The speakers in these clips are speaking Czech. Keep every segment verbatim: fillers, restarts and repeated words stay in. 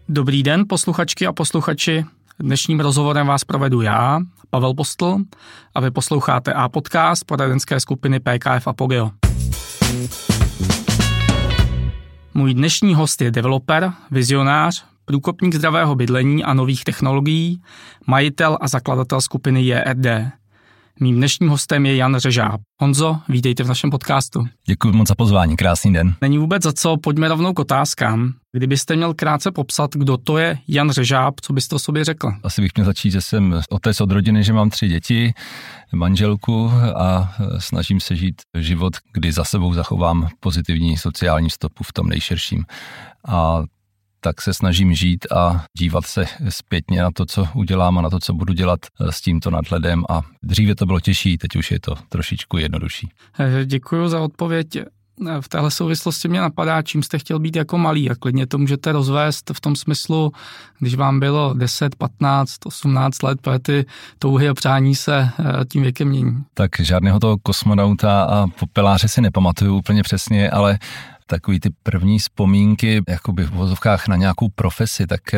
Dobrý den, posluchačky a posluchači. Dnešním rozhovorem vás provedu já, Pavel Postl, a vy posloucháte A-podcast poradenské skupiny P K F Apogeo. Můj dnešní host je developer, vizionář, průkopník zdravého bydlení a nových technologií, majitel a zakladatel skupiny J R D. Mým dnešním hostem je Jan Řežáb. Honzo, vítejte v našem podcastu. Děkuji moc za pozvání, krásný den. Není vůbec za co, pojďme rovnou k otázkám. Kdybyste měl krátce popsat, kdo to je Jan Řežáb, co byste o sobě řekl? Asi bych měl začít, že jsem otec od rodiny, že mám tři děti, manželku a snažím se žít život, kdy za sebou zachovám pozitivní sociální stopu v tom nejširším. A tak se snažím žít a dívat se zpětně na to, co udělám a na to, co budu dělat s tímto nadhledem. A dříve to bylo těžší, teď už je to trošičku jednodušší. Děkuji za odpověď. V téhle souvislosti mě napadá, čím jste chtěl být jako malý a klidně to můžete rozvést v tom smyslu, když vám bylo deset, patnáct, osmnáct let, protože ty touhy a přání se tím věkem mění. Tak žádného toho kosmonauta a popeláře si nepamatuju úplně přesně, ale takový ty první vzpomínky jakoby v vozovkách na nějakou profesi, tak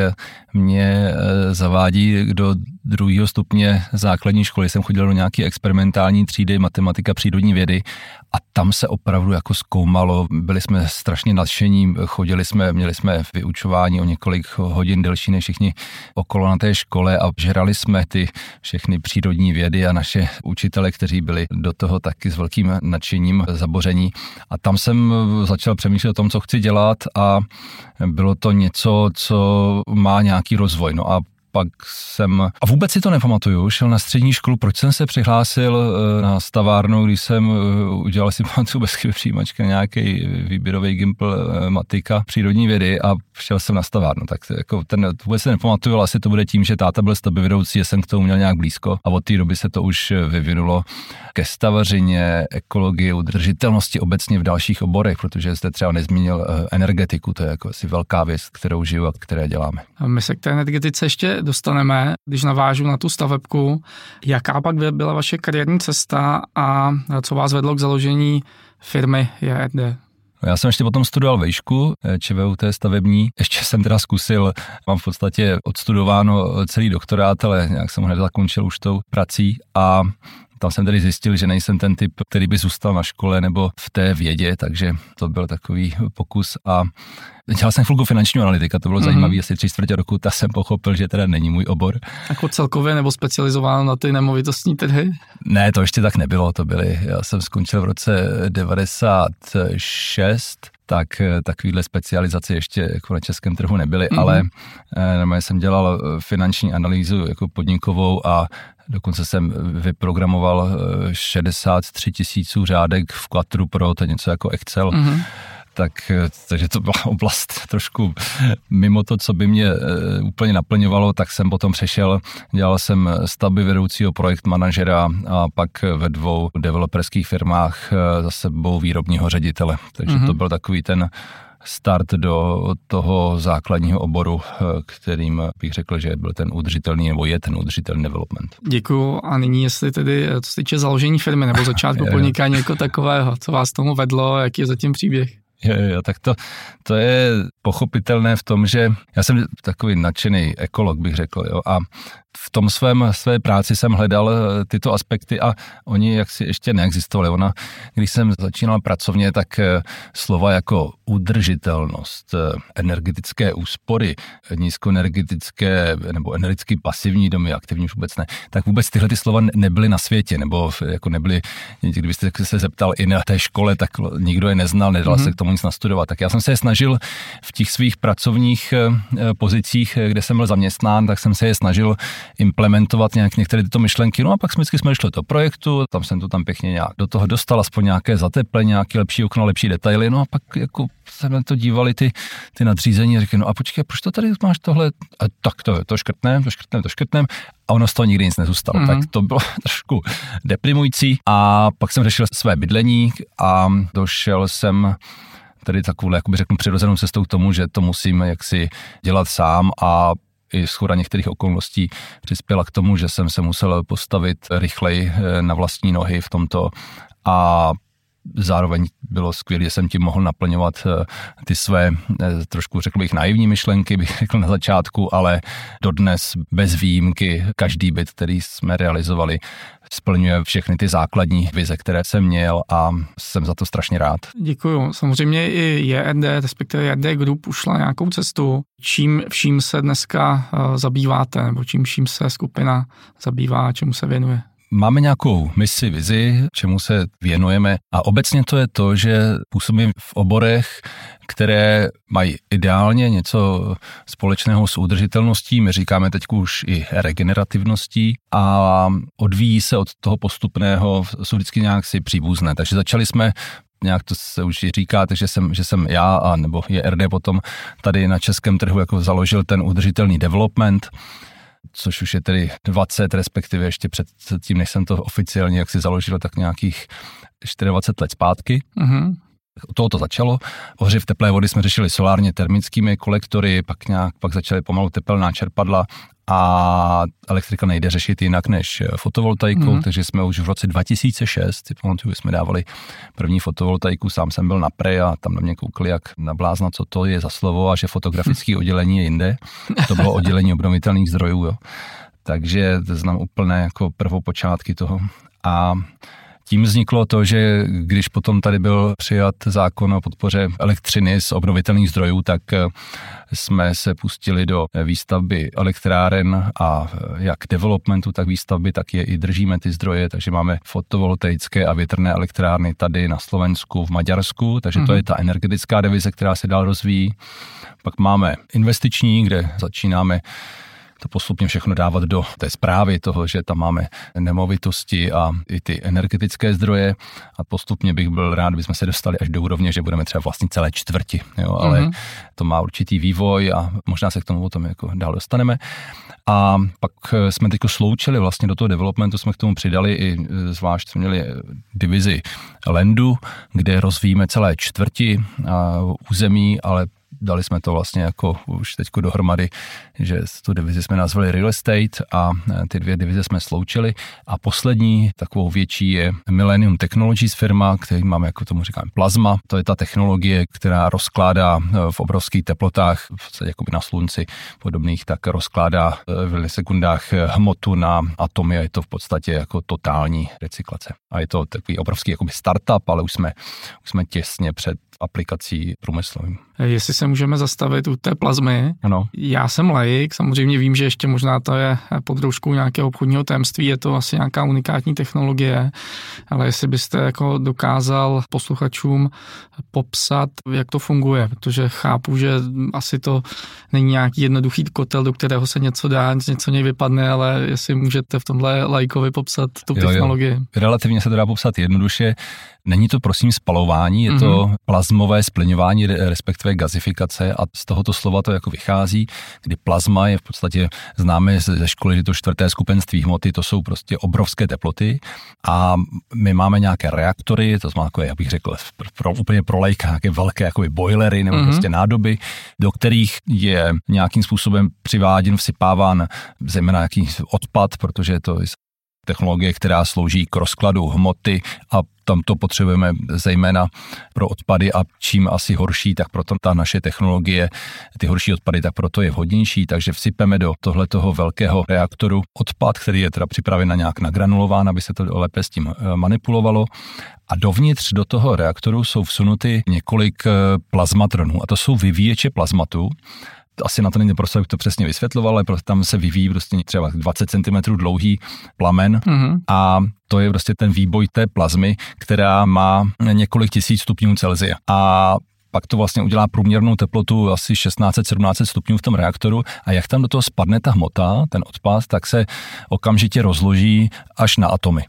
mě zavádí do druhého stupně základní školy. Jsem chodil do nějaké experimentální třídy matematika přírodní vědy a tam se opravdu jako zkoumalo. Byli jsme strašně nadšení, chodili jsme, měli jsme vyučování o několik hodin delší než všichni okolo na té škole a žrali jsme ty všechny přírodní vědy a naše učitele, kteří byli do toho taky s velkým nadšením zaboření. A tam jsem začal přemýšlet o tom, co chci dělat a bylo to něco, co má nějaký rozvoj. No a pak jsem, a vůbec si to nepamatuju, šel na střední školu, proč jsem se přihlásil na stavárnu, když jsem udělal si pamatuju bez chyby přijímačka nějaký výběrový gimpl matika přírodní vědy a šel jsem na stavárnu. Tak jako ten vůbec se nepamatuju, ale asi to bude tím, že táta byl stavbyvedoucí, jsem k tomu měl nějak blízko a od té doby se to už vyvinulo ke stavařině, ekologii, udržitelnosti obecně v dalších oborech, protože jste třeba nezmínil energetiku, to je jako asi velká věc, kterou žiju a které děláme. A my se k té energetice ještě dostaneme, když navážu na tu stavebku. Jaká pak byla vaše kariérní cesta a co vás vedlo k založení firmy J R D? Já jsem ještě potom studoval vejšku, ČVUT stavební. Ještě jsem teda zkusil, mám v podstatě odstudováno celý doktorát, ale nějak jsem hned zakončil už tou prací a tam jsem tedy zjistil, že nejsem ten typ, který by zůstal na škole nebo v té vědě, takže to byl takový pokus a dělal jsem chvilku finančního analytika, to bylo mm-hmm. zajímavé, asi tři čtvrtě roku, ta jsem pochopil, že teda není můj obor. Jako celkově nebo specializováno na ty nemovitostní trhy? Ne, to ještě tak nebylo, to byly, já jsem skončil v roce devadesát šest, tak takovýhle specializace ještě jako na českém trhu nebyly, mm-hmm. ale normálně jsem dělal finanční analýzu jako podnikovou a dokonce jsem vyprogramoval šedesát tři tisíců řádek v Quattru Pro, to je něco jako Excel. Mm-hmm. Tak, takže to byla oblast trošku mimo to, co by mě úplně naplňovalo, tak jsem potom přešel, dělal jsem stavby vedoucího projekt manažera a pak ve dvou developerských firmách za sebou výrobního ředitele. Takže mm-hmm. to byl takový ten start do toho základního oboru, kterým bych řekl, že byl ten udržitelný, nebo je ten udržitelný development. Děkuju. A nyní, jestli tedy, co se týče založení firmy nebo začátku podnikání jako takového, co vás tomu vedlo, jaký je zatím příběh? Jo, jo, tak to, to je pochopitelné v tom, že já jsem takový nadšený ekolog, bych řekl, jo, a v tom svém, své práci jsem hledal tyto aspekty a oni jaksi ještě neexistovali. Ona, když jsem začínal pracovně, tak slova jako udržitelnost, energetické úspory, nízkoenergetické nebo energeticky pasivní domy, aktivní už vůbec ne, tak vůbec tyhle ty slova nebyly na světě, nebo jako nebyly, kdybyste se zeptal i na té škole, tak nikdo je neznal, nedal mm-hmm. se k tomu nic nastudovat. Tak já jsem se je snažil v těch svých pracovních pozicích, kde jsem byl zaměstnán, tak jsem se je snažil implementovat nějak některé tyto myšlenky. No a pak jsme vždycky jsme šli do projektu, tam jsem to tam pěkně nějak do toho dostal, aspoň nějaké zateplení, nějaké lepší okno, lepší detaily. No a pak jako se na to dívali ty, ty nadřízení a říkali, no a počkej, proč to tady máš tohle? A tak to, to škrtnem, to škrtnem, to škrtnem. A ono z toho nikdy nic nezůstalo. Mm-hmm. Tak to bylo trošku deprimující. A pak jsem řešil své bydlení a došel jsem tady takovou, jakoby řeknu, přirozenou cestou k tomu, že to musím jaksi dělat sám a i shoda některých okolností přispěla k tomu, že jsem se musel postavit rychleji na vlastní nohy v tomto a zároveň bylo skvělé, že jsem tím mohl naplňovat ty své, trošku řekl bych, naivní myšlenky, bych řekl na začátku, ale dodnes bez výjimky každý byt, který jsme realizovali, splňuje všechny ty základní vize, které jsem měl a jsem za to strašně rád. Děkuju. Samozřejmě i J R D, respektive J R D Group ušla nějakou cestu. Čím vším se dneska zabýváte, nebo čím vším se skupina zabývá, čemu se věnuje? Máme nějakou misi, vizi, čemu se věnujeme a obecně to je to, že působím v oborech, které mají ideálně něco společného s udržitelností, my říkáme teď už i regenerativností a odvíjí se od toho postupného, jsou vždycky nějak si příbuzné. Takže začali jsme, nějak to se už říká, takže jsem, že jsem já a nebo J R D potom tady na českém trhu jako založil ten udržitelný development, což už je tedy dvacet, respektive ještě před tím, než jsem to oficiálně jak si založil, tak nějakých dvacet čtyři let zpátky. Mm-hmm. Toho to začalo. Ohřev teplé vody jsme řešili solárně termickými kolektory, pak nějak pak začaly pomalu tepelná čerpadla a elektrika nejde řešit jinak než fotovoltaikou, mm. takže jsme už v roce dva tisíce šest, si pamatuju, jsme dávali první fotovoltaiku, sám jsem byl na Pre a tam na mě koukli jak na blázna, co to je za slovo a že fotografické oddělení je jinde. To bylo oddělení obnovitelných zdrojů, jo. Takže to znám úplné jako prvopočátky toho. A tím vzniklo to, že když potom tady byl přijat zákon o podpoře elektřiny z obnovitelných zdrojů, tak jsme se pustili do výstavby elektráren a jak developmentu, tak výstavby, tak je i držíme ty zdroje, takže máme fotovoltaické a větrné elektrárny tady na Slovensku, v Maďarsku, takže mm-hmm. to je ta energetická divize, která se dál rozvíjí. Pak máme investiční, kde začínáme to postupně všechno dávat do té zprávy toho, že tam máme nemovitosti a i ty energetické zdroje a postupně bych byl rád, kdybychom se dostali až do úrovně, že budeme třeba vlastnit celé čtvrti, jo, ale mm-hmm. to má určitý vývoj a možná se k tomu potom jako dál dostaneme. A pak jsme teď sloučili vlastně do toho developmentu, jsme k tomu přidali i zvlášť jsme měli divizi Landu, kde rozvíjíme celé čtvrti a území, ale dali jsme to vlastně jako už teďko dohromady, že tu divizi jsme nazvali Real Estate a ty dvě divize jsme sloučili. A poslední takovou větší je Millennium Technologies firma, který máme, jako tomu říkáme, plazma. To je ta technologie, která rozkládá v obrovských teplotách, v podstatě jakoby na slunci podobných, tak rozkládá v milisekundách hmotu na atomy a je to v podstatě jako totální recyklace. A je to takový obrovský jakoby startup, ale už jsme, už jsme těsně před aplikací průmyslovým. Jestli se můžeme zastavit u té plazmy. Ano. Já jsem laik, samozřejmě vím, že ještě možná to je pod rouškou nějakého obchodního tajemství, je to asi nějaká unikátní technologie, ale jestli byste jako dokázal posluchačům popsat, jak to funguje, protože chápu, že asi to není nějaký jednoduchý kotel, do kterého se něco dá, něco něj vypadne, ale jestli můžete v tomhle laikovi popsat tu jo, technologii. Jo. Relativně se to dá popsat jednoduše. Není to prosím spalování, je mm-hmm. to plazmové splňování, respektive gazifikace a z tohoto slova to jako vychází, kdy plazma je v podstatě, známe ze školy, že to čtvrté skupenství hmoty, to jsou prostě obrovské teploty a my máme nějaké reaktory, to znamená, jako, jak bych řekl, pro, úplně pro lajka, nějaké velké jakoby boilery nebo mm-hmm. prostě nádoby, do kterých je nějakým způsobem přiváděn, vsypáván zejména nějaký odpad, protože to je technologie, která slouží k rozkladu hmoty a tam to potřebujeme zejména pro odpady a čím asi horší, tak proto ta naše technologie, ty horší odpady, tak proto je vhodnější, takže vsypeme do tohletoho velkého reaktoru odpad, který je teda připraven na nějak nagranulován, aby se to lépe s tím manipulovalo. A dovnitř do toho reaktoru jsou vsunuty několik plazmatronů a to jsou vyvíječe plazmatu. Asi na to není prostor, abych to přesně vysvětloval, ale tam se vyvíjí prostě třeba dvacet centimetrů dlouhý plamen mm-hmm. a to je prostě ten výboj té plazmy, která má několik tisíc stupňů Celsia. A pak to vlastně udělá průměrnou teplotu asi šestnáct set sedmnáct set stupňů v tom reaktoru a jak tam do toho spadne ta hmota, ten odpad, tak se okamžitě rozloží až na atomy.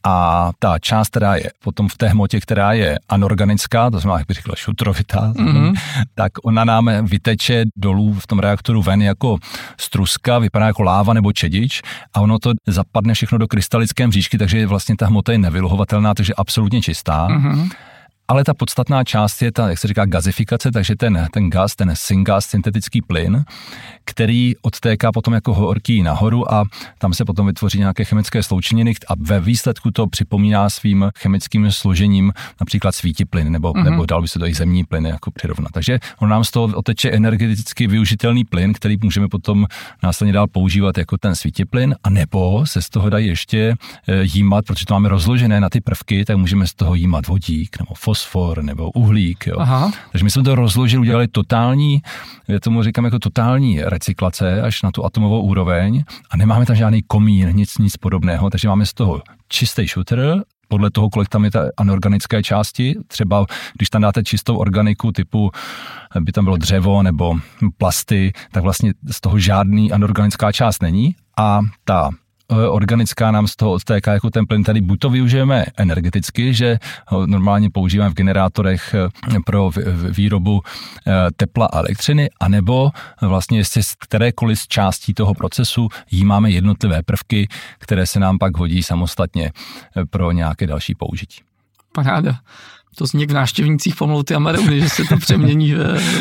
A ta část, která je potom v té hmotě, která je anorganická, to znamená, jak bych řekl, šutrovitá, mm-hmm. tak ona nám vyteče dolů v tom reaktoru ven jako struska, vypadá jako láva nebo čedič a ono to zapadne všechno do krystalické mřížky, takže vlastně ta hmota je nevyluhovatelná, takže absolutně čistá. Mm-hmm. Ale ta podstatná část je ta, jak se říká, gazifikace, takže ten, ten gas, ten syngas, syntetický plyn, který odtéká potom jako horký nahoru a tam se potom vytvoří nějaké chemické sloučeniny a ve výsledku to připomíná svým chemickým složením například svítiplyn, nebo, mm-hmm. nebo dal by se to i zemní plyn jako přirovnat. Takže on nám z toho oteče energeticky využitelný plyn, který můžeme potom následně dál používat jako ten svítiplyn, a nebo se z toho dají ještě jímat, protože to máme rozložené na ty prvky, tak můžeme z toho jímat vodík nebo fosfor nebo uhlík. Jo. Aha. Takže my jsme to rozložili, udělali totální, já tomu říkám jako totální recyklace až na tu atomovou úroveň a nemáme tam žádný komín, nic, nic podobného, takže máme z toho čistý šutr, podle toho, kolik tam je ta anorganické části. Třeba, když tam dáte čistou organiku typu, by tam bylo dřevo nebo plasty, tak vlastně z toho žádný anorganická část není a ta organická nám z toho odtéká jako ten plyn. Tady buď to využijeme energeticky, že ho normálně používáme v generátorech pro výrobu tepla a elektřiny, anebo vlastně jestli z kterékoliv z částí toho procesu jímáme jednotlivé prvky, které se nám pak hodí samostatně pro nějaké další použití. Paráda. To zní v návštěvnících Pomlouty a Merouny, že se to přemění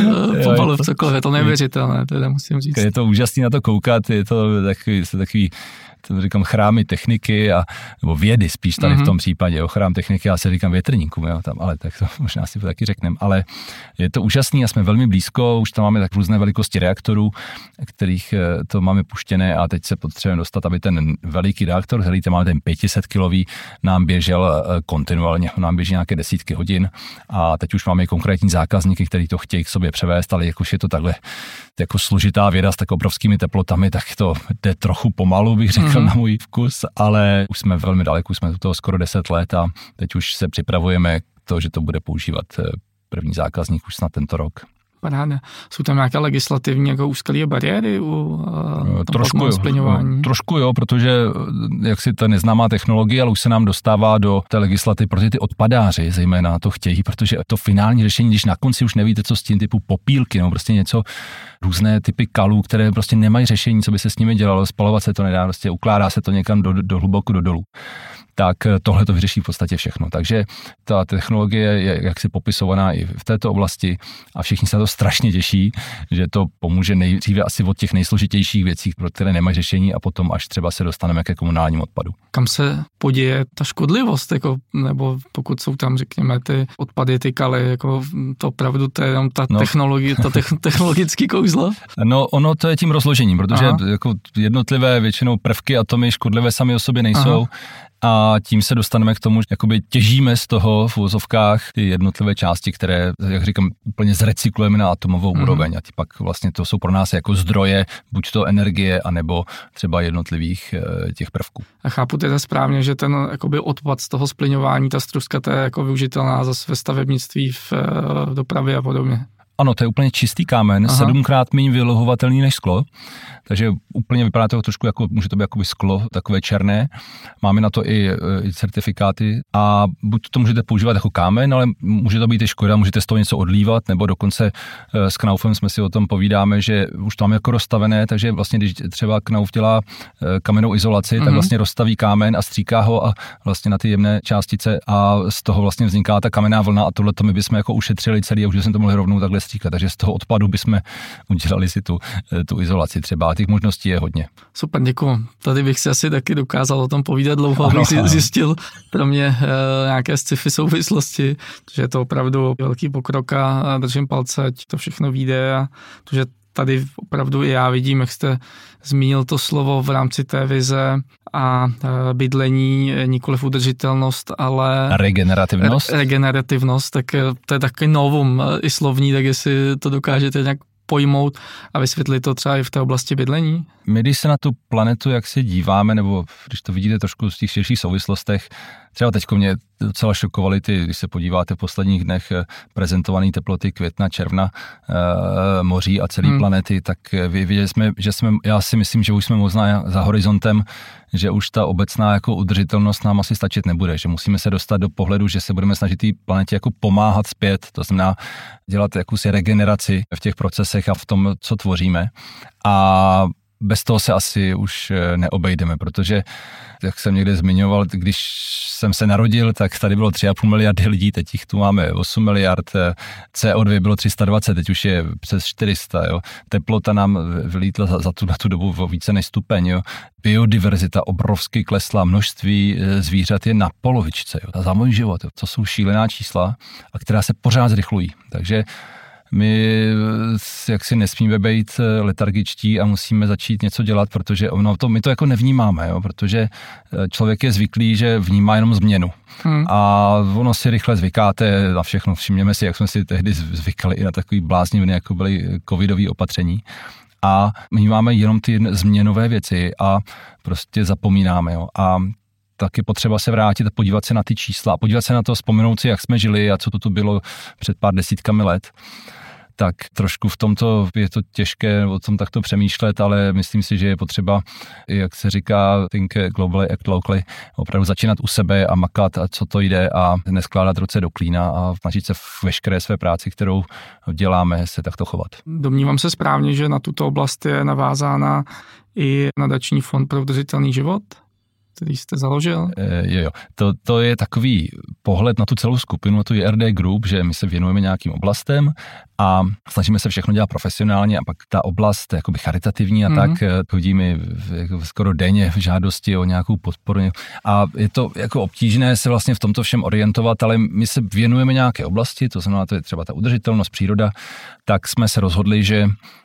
v pomalu v cokoliv. Je to neuvěřitelné, teda musím říct. Je to úžasný na to koukat, je to takový, takový to říkám chrámy techniky a nebo vědy spíš tady mm-hmm. v tom případě, jo, chrám techniky, já se říkám větrníkům, jo, tam, ale tak to možná si to taky řekneme, ale je to úžasný a jsme velmi blízko, už tam máme tak různé velikosti reaktorů, kterých to máme puštěné a teď se potřebujeme dostat, aby ten veliký reaktor, který tam máme ten pět set kilový, nám běžel kontinuálně, nám běží nějaké desítky hodin a teď už máme konkrétní zákazníky, kteří to chtějí k sobě převést, ale jakož je to takhle jako složitá věda s tak obrovskými teplotami, tak to jde trochu pomalu, bych řekl, mm-hmm. na můj vkus, ale už jsme velmi daleko, už jsme toho skoro deset let a teď už se připravujeme k to, že to bude používat první zákazník už snad tento rok. Paráda. Jsou tam nějaké legislativní jako úskalí bariéry u uh, trošku jo, splňování? Trošku jo, protože jak si ta neznámá technologie, ale už se nám dostává do té legislativy, protože ty odpadáři zejména to chtějí, protože to finální řešení, když na konci už nevíte, co s tím typu popílky, nebo prostě něco, různé typy kalů, které prostě nemají řešení, co by se s nimi dělalo, spalovat se to nedá, prostě ukládá se to někam do, do hluboko do dolů. Tak tohle to vyřeší v podstatě všechno. Takže ta technologie je jaksi popisovaná i v této oblasti a všichni se na to strašně těší, že to pomůže nejdříve asi od těch nejsložitějších věcí, pro které nemají řešení a potom až třeba se dostaneme ke komunálním odpadu. Kam se poděje ta škodlivost, jako, nebo pokud jsou tam, řekněme, ty odpady, ty kaly, jako to opravdu to je jenom ta, no. technologie, ta te- technologický kouzlo? No ono to je tím rozložením, protože jako jednotlivé většinou prvky, atomy škodlivé sami o sobě nejsou. Aha. A tím se dostaneme k tomu, že jakoby těžíme z toho v uvozovkách ty jednotlivé části, které, jak říkám, úplně zrecyklujeme na atomovou mm. úroveň a ty pak vlastně to jsou pro nás jako zdroje buď to energie, anebo třeba jednotlivých těch prvků. A chápu teda správně, že ten jakoby odpad z toho splyňování, ta struska, je jako využitelná zase ve stavebnictví, v, v dopravě a podobně. Ano, to je úplně čistý kámen, Aha. sedmkrát méně vylohovatelný než sklo, takže úplně vypadá to trošku jako, může to být jakoby sklo, takové černé. Máme na to i, i certifikáty a buď to můžete používat jako kámen, ale může to být i škoda, můžete z toho něco odlívat, nebo dokonce s Knaufem jsme si o tom povídáme, že už to máme jako rozstavené, takže vlastně když třeba Knauf dělá kamennou izolaci, mm-hmm. tak vlastně rozstaví kámen a stříká ho a vlastně na ty jemné částice a z toho vlastně vzniká ta kamenná vlna a tohle to my bychom jako ušetřili celý a už jsme to mohli rovnou takhle stříkat, takže z toho odpadu bychom udělali si tu, tu izolaci třeba. Těch možností je hodně. Super, děkuji. Tady bych si asi taky dokázal o tom povídat dlouho, abych si zjistil pro mě e, nějaké sci-fi souvislosti, že je to opravdu velký pokrok a držím palce, ať to všechno vyjde a to, že tady opravdu i já vidím, jak jste zmínil to slovo v rámci té vize a e, bydlení, nikoliv udržitelnost, ale regenerativnost. Re, regenerativnost, tak to je takový novum i slovní, tak jestli to dokážete nějak pojmout a vysvětlit to třeba i v té oblasti bydlení? My, když se na tu planetu jak se díváme, nebo když to vidíte trošku z těch širších souvislostech, třeba teďko mě docela šokovaly ty, když se podíváte v posledních dnech prezentované teploty května, června, e, moří a celé hmm. planety, tak viděli jsme, že jsme, já si myslím, že už jsme možná za horizontem, že už ta obecná jako udržitelnost nám asi stačit nebude, že musíme se dostat do pohledu, že se budeme snažit té planetě jako pomáhat zpět, to znamená dělat jakousi regeneraci v těch procesech a v tom, co tvoříme. A bez toho se asi už neobejdeme, protože, jak jsem někde zmiňoval, když jsem se narodil, tak tady bylo tři a půl miliardy lidí, teď jich tu máme osm miliard, C O dva bylo tři sta dvacet, teď už je přes čtyři sta, jo. Teplota nám vylítla za, za tu, na tu dobu o více než stupeň, jo. Biodiverzita obrovsky klesla, množství zvířat je na polovičce, jo. A za můj život, jo. To jsou šílená čísla, a která se pořád zrychlují, takže my jaksi nesmíme být letargičtí a musíme začít něco dělat, protože ono to, my to jako nevnímáme, jo, protože člověk je zvyklý, že vnímá jenom změnu. Hmm. A ono si rychle zvykáte na všechno. Všimněme si, jak jsme si tehdy zvykali i na takový blázniviny, jako byly covidové opatření. A my máme jenom ty změnové věci a prostě zapomínáme. Jo. A tak je potřeba se vrátit a podívat se na ty čísla, podívat se na to, vzpomenout si, jak jsme žili a co to tu bylo před pár desítkami let. Tak trošku v tomto je to těžké o tom takto přemýšlet, ale myslím si, že je potřeba, jak se říká, think globally, act locally, opravdu začínat u sebe a makat, a co to jde a neskládat ruce do klína a snažit se v veškeré své práci, kterou děláme, se takto chovat. Domnívám se správně, že na tuto oblast je navázána i nadační fond pro udržitelný život, který jste založil? E, jo, jo. To, to je takový pohled na tu celou skupinu, tu je R D Group, že my se věnujeme nějakým oblastem a snažíme se všechno dělat profesionálně a pak ta oblast jakoby charitativní a mm-hmm. tak chodí mi jako skoro denně v žádosti o nějakou podporu a je to jako obtížné se vlastně v tomto všem orientovat, ale my se věnujeme nějaké oblasti, to znamená, to je třeba ta udržitelnost, příroda, tak jsme se rozhodli, že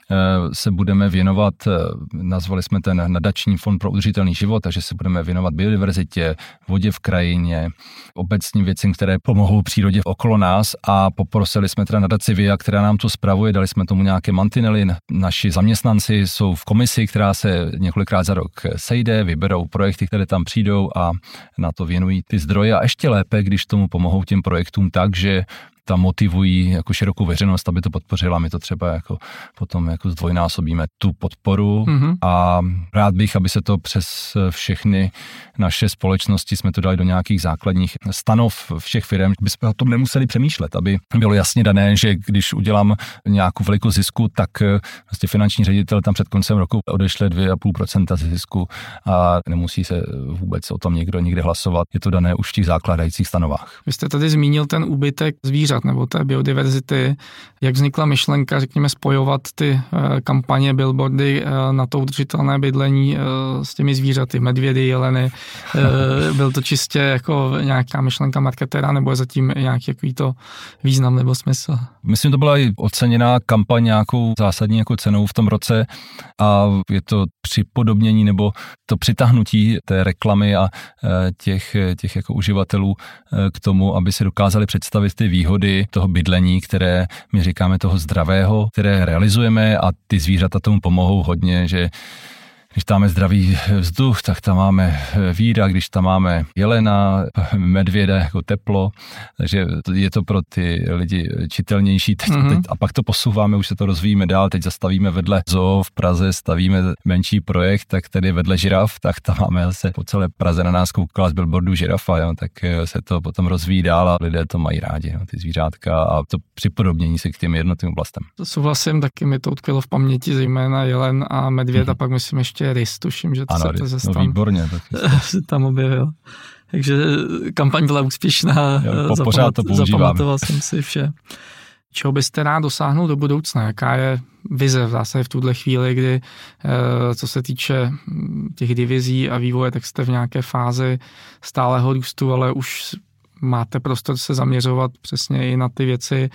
se budeme věnovat, nazvali jsme ten nadační fond pro udržitelný život, takže se budeme věnovat biodiverzitě, vodě v krajině, obecným věcem, které pomohou přírodě okolo nás a poprosili jsme teda nadaci V I A, která nám to spravuje, dali jsme tomu nějaké mantinely. Naši zaměstnanci jsou v komisi, která se několikrát za rok sejde, vyberou projekty, které tam přijdou a na to věnují ty zdroje a ještě lépe, když tomu pomohou těm projektům tak, že tam motivují jako širokou veřejnost, aby to podpořila. My to třeba jako potom jako zdvojnásobíme tu podporu mm-hmm. a rád bych, aby se to přes všechny naše společnosti jsme to dali do nějakých základních stanov všech firm, aby jsme o tom nemuseli přemýšlet, aby bylo jasně dané, že když udělám nějakou velikou zisku, tak vlastně finanční ředitel tam před koncem roku odešle dvě a půl procenta zisku a nemusí se vůbec o tom někdo nikde hlasovat. Je to dané už v těch zákládajících stanovách. Vy jste tady zmínil ten úbytek zvířat nebo té biodiverzity. Jak vznikla myšlenka, řekněme, spojovat ty kampaně, billboardy na to udržitelné bydlení s těmi zvířaty, medvědy, jeleny? Byl to čistě jako nějaká myšlenka marketéra, nebo je zatím nějaký jaký to význam nebo smysl? Myslím, to byla i oceněná kampaň nějakou zásadní jako cenou v tom roce a je to připodobnění nebo to přitahnutí té reklamy a těch, těch jako uživatelů k tomu, aby si dokázali představit ty výhody toho bydlení, které my říkáme toho zdravého, které realizujeme a ty zvířata tomu pomohou hodně, že když tam máme zdravý vzduch, tak tam máme víra, když tam máme jelena, medvěda, jako teplo, takže je to pro ty lidi čitelnější. Teď, mm-hmm. teď, a pak to posouváme, už se to rozvíjíme dál, teď zastavíme vedle zoo v Praze, stavíme menší projekt, tak tady vedle žiraf, tak tam máme zase po celé Praze na nás koukala z billboardu žirafa, jo, tak se to potom rozvíjí dál a lidé to mají rádi, jo, ty zvířátka a to připodobnění se k těm jednotlivým oblastem. To souhlasím, taky mi to utkvělo v paměti, zejména jelen a medvěd mm-hmm. a pak myslím ještě rys, tuším, že to ano, se to zase no, tam, výborně, se tam objevil. Takže kampaň byla úspěšná, jo, pořád to používáme. Zapamatoval jsem si vše. Čeho byste rád dosáhnul do budoucna? Jaká je vize v zásadě v tuhle chvíli, kdy co se týče těch divizí a vývoje, tak jste v nějaké fázi stálého růstu, ale už máte prostor se zaměřovat přesně i na ty věci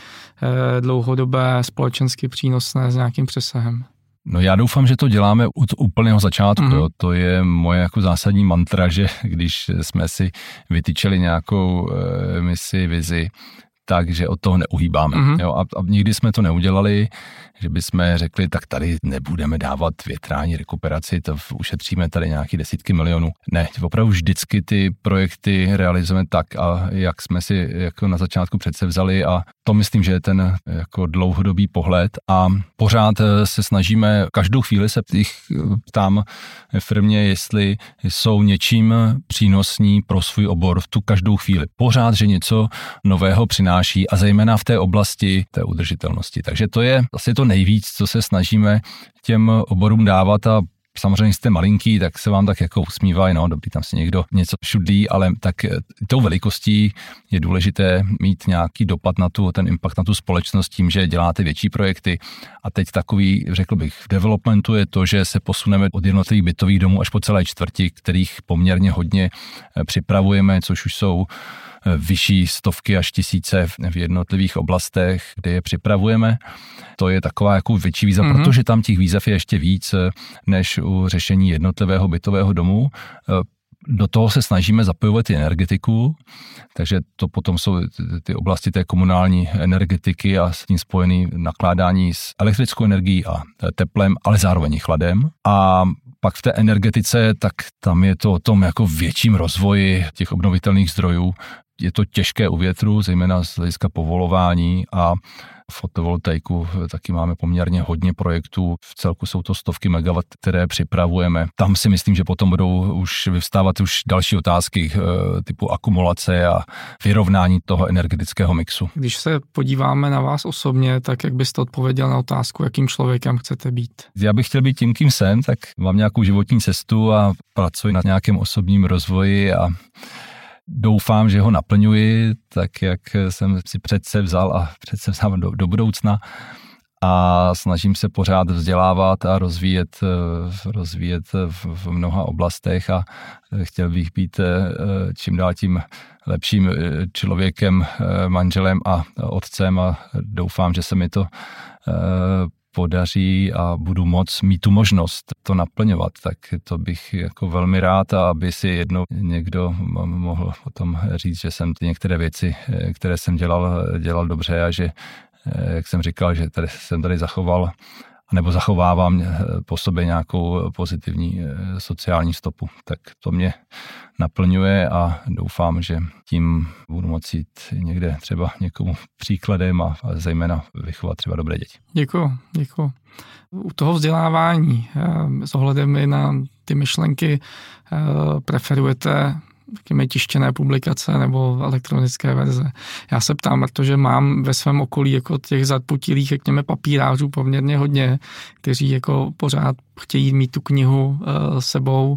dlouhodobé, společensky přínosné s nějakým přesahem? No já doufám, že to děláme od úplného začátku. Mm-hmm. Jo. To je moje jako zásadní mantra, že když jsme si vytyčili nějakou e, misi, vizi, takže od toho neuhýbáme. Mm-hmm. Jo. A, a nikdy jsme to neudělali, že bychom řekli, tak tady nebudeme dávat větrání, rekuperaci, to ušetříme tady nějaký desítky milionů. Ne, opravdu vždycky ty projekty realizujeme tak, a jak jsme si jako na začátku předsevzali a to myslím, že je ten jako dlouhodobý pohled a pořád se snažíme, každou chvíli se jich ptám v firmě, jestli jsou něčím přínosní pro svůj obor v tu každou chvíli. Pořád, že něco nového přináší a zejména v té oblasti té udržitelnosti. Takže to je asi to nejvíc, co se snažíme těm oborům dávat a Samozřejmě jste malinký, tak se vám tak jako usmívají, no dobrý, tam si někdo něco šudlí, ale tak tou velikostí je důležité mít nějaký dopad na tu, ten impact na tu společnost tím, že děláte větší projekty. A teď takový, řekl bych, v developmentu je to, že se posuneme od jednotlivých bytových domů až po celé čtvrti, kterých poměrně hodně připravujeme, což už jsou vyšší stovky až tisíce v jednotlivých oblastech, kde je připravujeme. To je taková jako větší výzva, mm-hmm. protože tam těch výzev je ještě víc než u řešení jednotlivého bytového domu. Do toho se snažíme zapojovat i energetiku, takže to potom jsou ty oblasti té komunální energetiky a s tím spojený nakládání s elektrickou energií a teplem, ale zároveň i chladem. A pak v té energetice, tak tam je to o tom jako větším rozvoji těch obnovitelných zdrojů. Je to těžké u větru, zejména z hlediska povolování a fotovoltaiku taky máme poměrně hodně projektů. V celku jsou to stovky megawatt, které připravujeme. Tam si myslím, že potom budou už vyvstávat už další otázky typu akumulace a vyrovnání toho energetického mixu. Když se podíváme na vás osobně, tak jak byste odpověděl na otázku, jakým člověkem chcete být? Já bych chtěl být tím, kým jsem, tak mám nějakou životní cestu a pracuji na nějakém osobním rozvoji a doufám, že ho naplňuji, tak jak jsem si přece vzal a přece vzal do, do budoucna a snažím se pořád vzdělávat a rozvíjet, rozvíjet v, v mnoha oblastech a chtěl bych být čím dál tím lepším člověkem, manželem a otcem a doufám, že se mi to podaří a budu moc mít tu možnost to naplňovat, tak to bych jako velmi rád, a aby si jednou někdo mohl potom říct, že jsem ty některé věci, které jsem dělal, dělal dobře a že, jak jsem říkal, že tady jsem tady zachoval nebo zachovávám po sobě nějakou pozitivní sociální stopu. Tak to mě naplňuje a doufám, že tím budu moci jít někde třeba někomu příkladem a, a zejména vychovat třeba dobré děti. Děkuju, děkuju. U toho vzdělávání s ohledem i na ty myšlenky preferujete řekněme tištěné publikace nebo elektronické verze. Já se ptám, protože mám ve svém okolí jako těch zadputilých, řekněme, papírářů poměrně hodně, kteří jako pořád chtějí mít tu knihu uh, sebou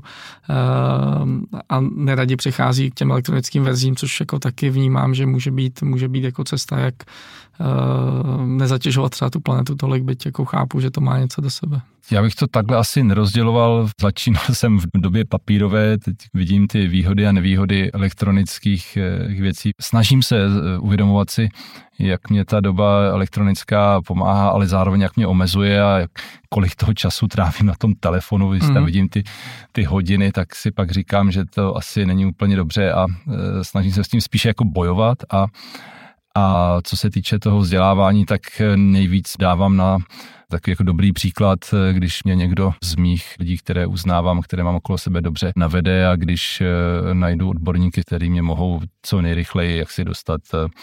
uh, a neradi přechází k těm elektronickým verzím, což jako taky vnímám, že může být, může být jako cesta, jak uh, nezatěžovat třeba tu planetu tolik, byť jako chápu, že to má něco do sebe. Já bych to takhle asi nerozděloval. Začínal jsem v době papírové, teď vidím ty výhody a nevýhody elektronických věcí. Snažím se uvědomovat si, jak mě ta doba elektronická pomáhá, ale zároveň jak mě omezuje a jak, kolik toho času trávím na tom telefonu. Když mm. tam vidím ty, ty hodiny, tak si pak říkám, že to asi není úplně dobře a e, snažím se s tím spíše jako bojovat a A co se týče toho vzdělávání, tak nejvíc dávám na takový jako dobrý příklad, když mě někdo z mých lidí, které uznávám, které mám okolo sebe dobře navede a když najdu odborníky, který mě mohou co nejrychleji jak si dostat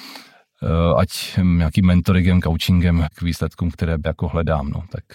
ať nějakým mentoringem, coachingem k výsledkům, které jako hledám. No. Tak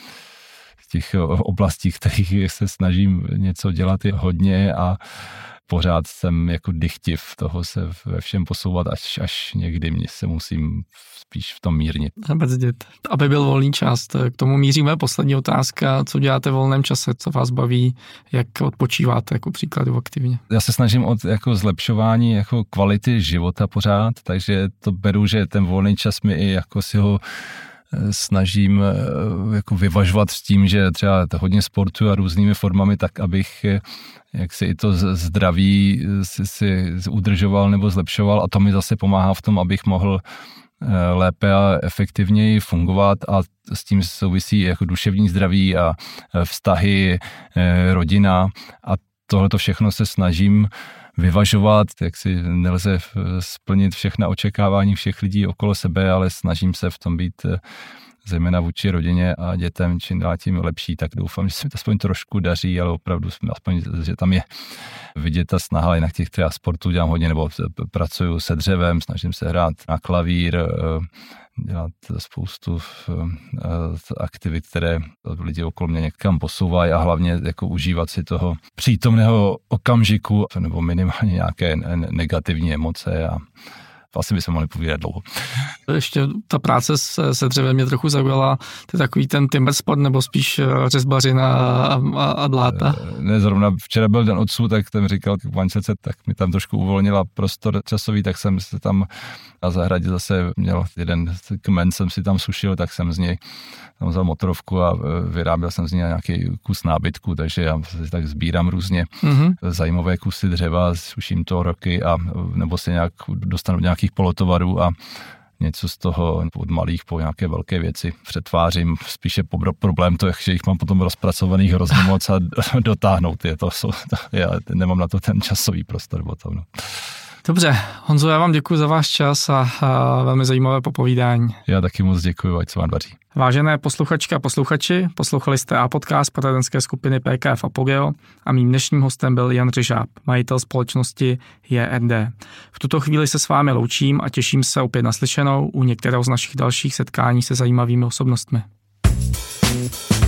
v těch oblastí, kterých se snažím něco dělat, je hodně a pořád jsem jako dychtiv toho se ve všem posouvat, až, až někdy mě se musím spíš v tom mírnit. Zabrzdit. Aby byl volný čas, k tomu míříme. Poslední otázka, co děláte v volném čase, co vás baví, jak odpočíváte jako příkladu aktivně? Já se snažím od jako zlepšování jako kvality života pořád, takže to beru, že ten volný čas mi i jako si ho snažím jako vyvažovat s tím, že třeba hodně sportuju a různými formami, tak abych jak si i to zdraví si, si udržoval nebo zlepšoval, a to mi zase pomáhá v tom, abych mohl lépe a efektivněji fungovat, a s tím souvisí jako duševní zdraví a vztahy, rodina, a tohleto všechno se snažím vyvažovat, jak si nelze splnit všechna očekávání všech lidí okolo sebe, ale snažím se v tom být zejména vůči rodině a dětem čím dál tím lepší, tak doufám, že se mi to aspoň trošku daří, ale opravdu aspoň, že tam je vidět ta snaha, jinak těch třeba sportů dělám hodně, nebo pracuju se dřevem, snažím se hrát na klavír, dělat spoustu aktivit, které lidi okolo mě někam posouvají, a hlavně jako užívat si toho přítomného okamžiku nebo minimálně nějaké negativní emoce a asi by se mohli povídat dlouho. Ještě ta práce se, se dřevem mě trochu zaujala. To je takový ten timber sport, nebo spíš řezbařina a, a, a dláta? Ne, zrovna včera byl den otců, tak ten říkal k manželce, tak mi tam trošku uvolnila prostor časový, tak jsem se tam na zahradě zase měl jeden kmen, jsem si tam sušil, tak jsem z něj tam vzal motorovku a vyráběl jsem z něj nějaký kus nábytku, takže já si tak sbírám různě mm-hmm. zajímavé kusy dřeva, suším to roky a nebo si nějak dostanu nějakých polotovarů a něco z toho od malých po nějaké velké věci přetvářím. Spíše problém to, že jich mám potom rozpracovaných hrozně moc a dotáhnout je to. Já nemám na to ten časový prostor potom. No. Dobře, Honzo, já vám děkuji za váš čas a, a velmi zajímavé popovídání. Já taky moc děkuji, ať se vám daří. Vážené posluchačky a posluchači, poslouchali jste A podcast poradenské skupiny P K F Apogeo a mým dnešním hostem byl Jan Řežáb, majitel společnosti J R D. V tuto chvíli se s vámi loučím a těším se opět naslyšenou u některého z našich dalších setkání se zajímavými osobnostmi.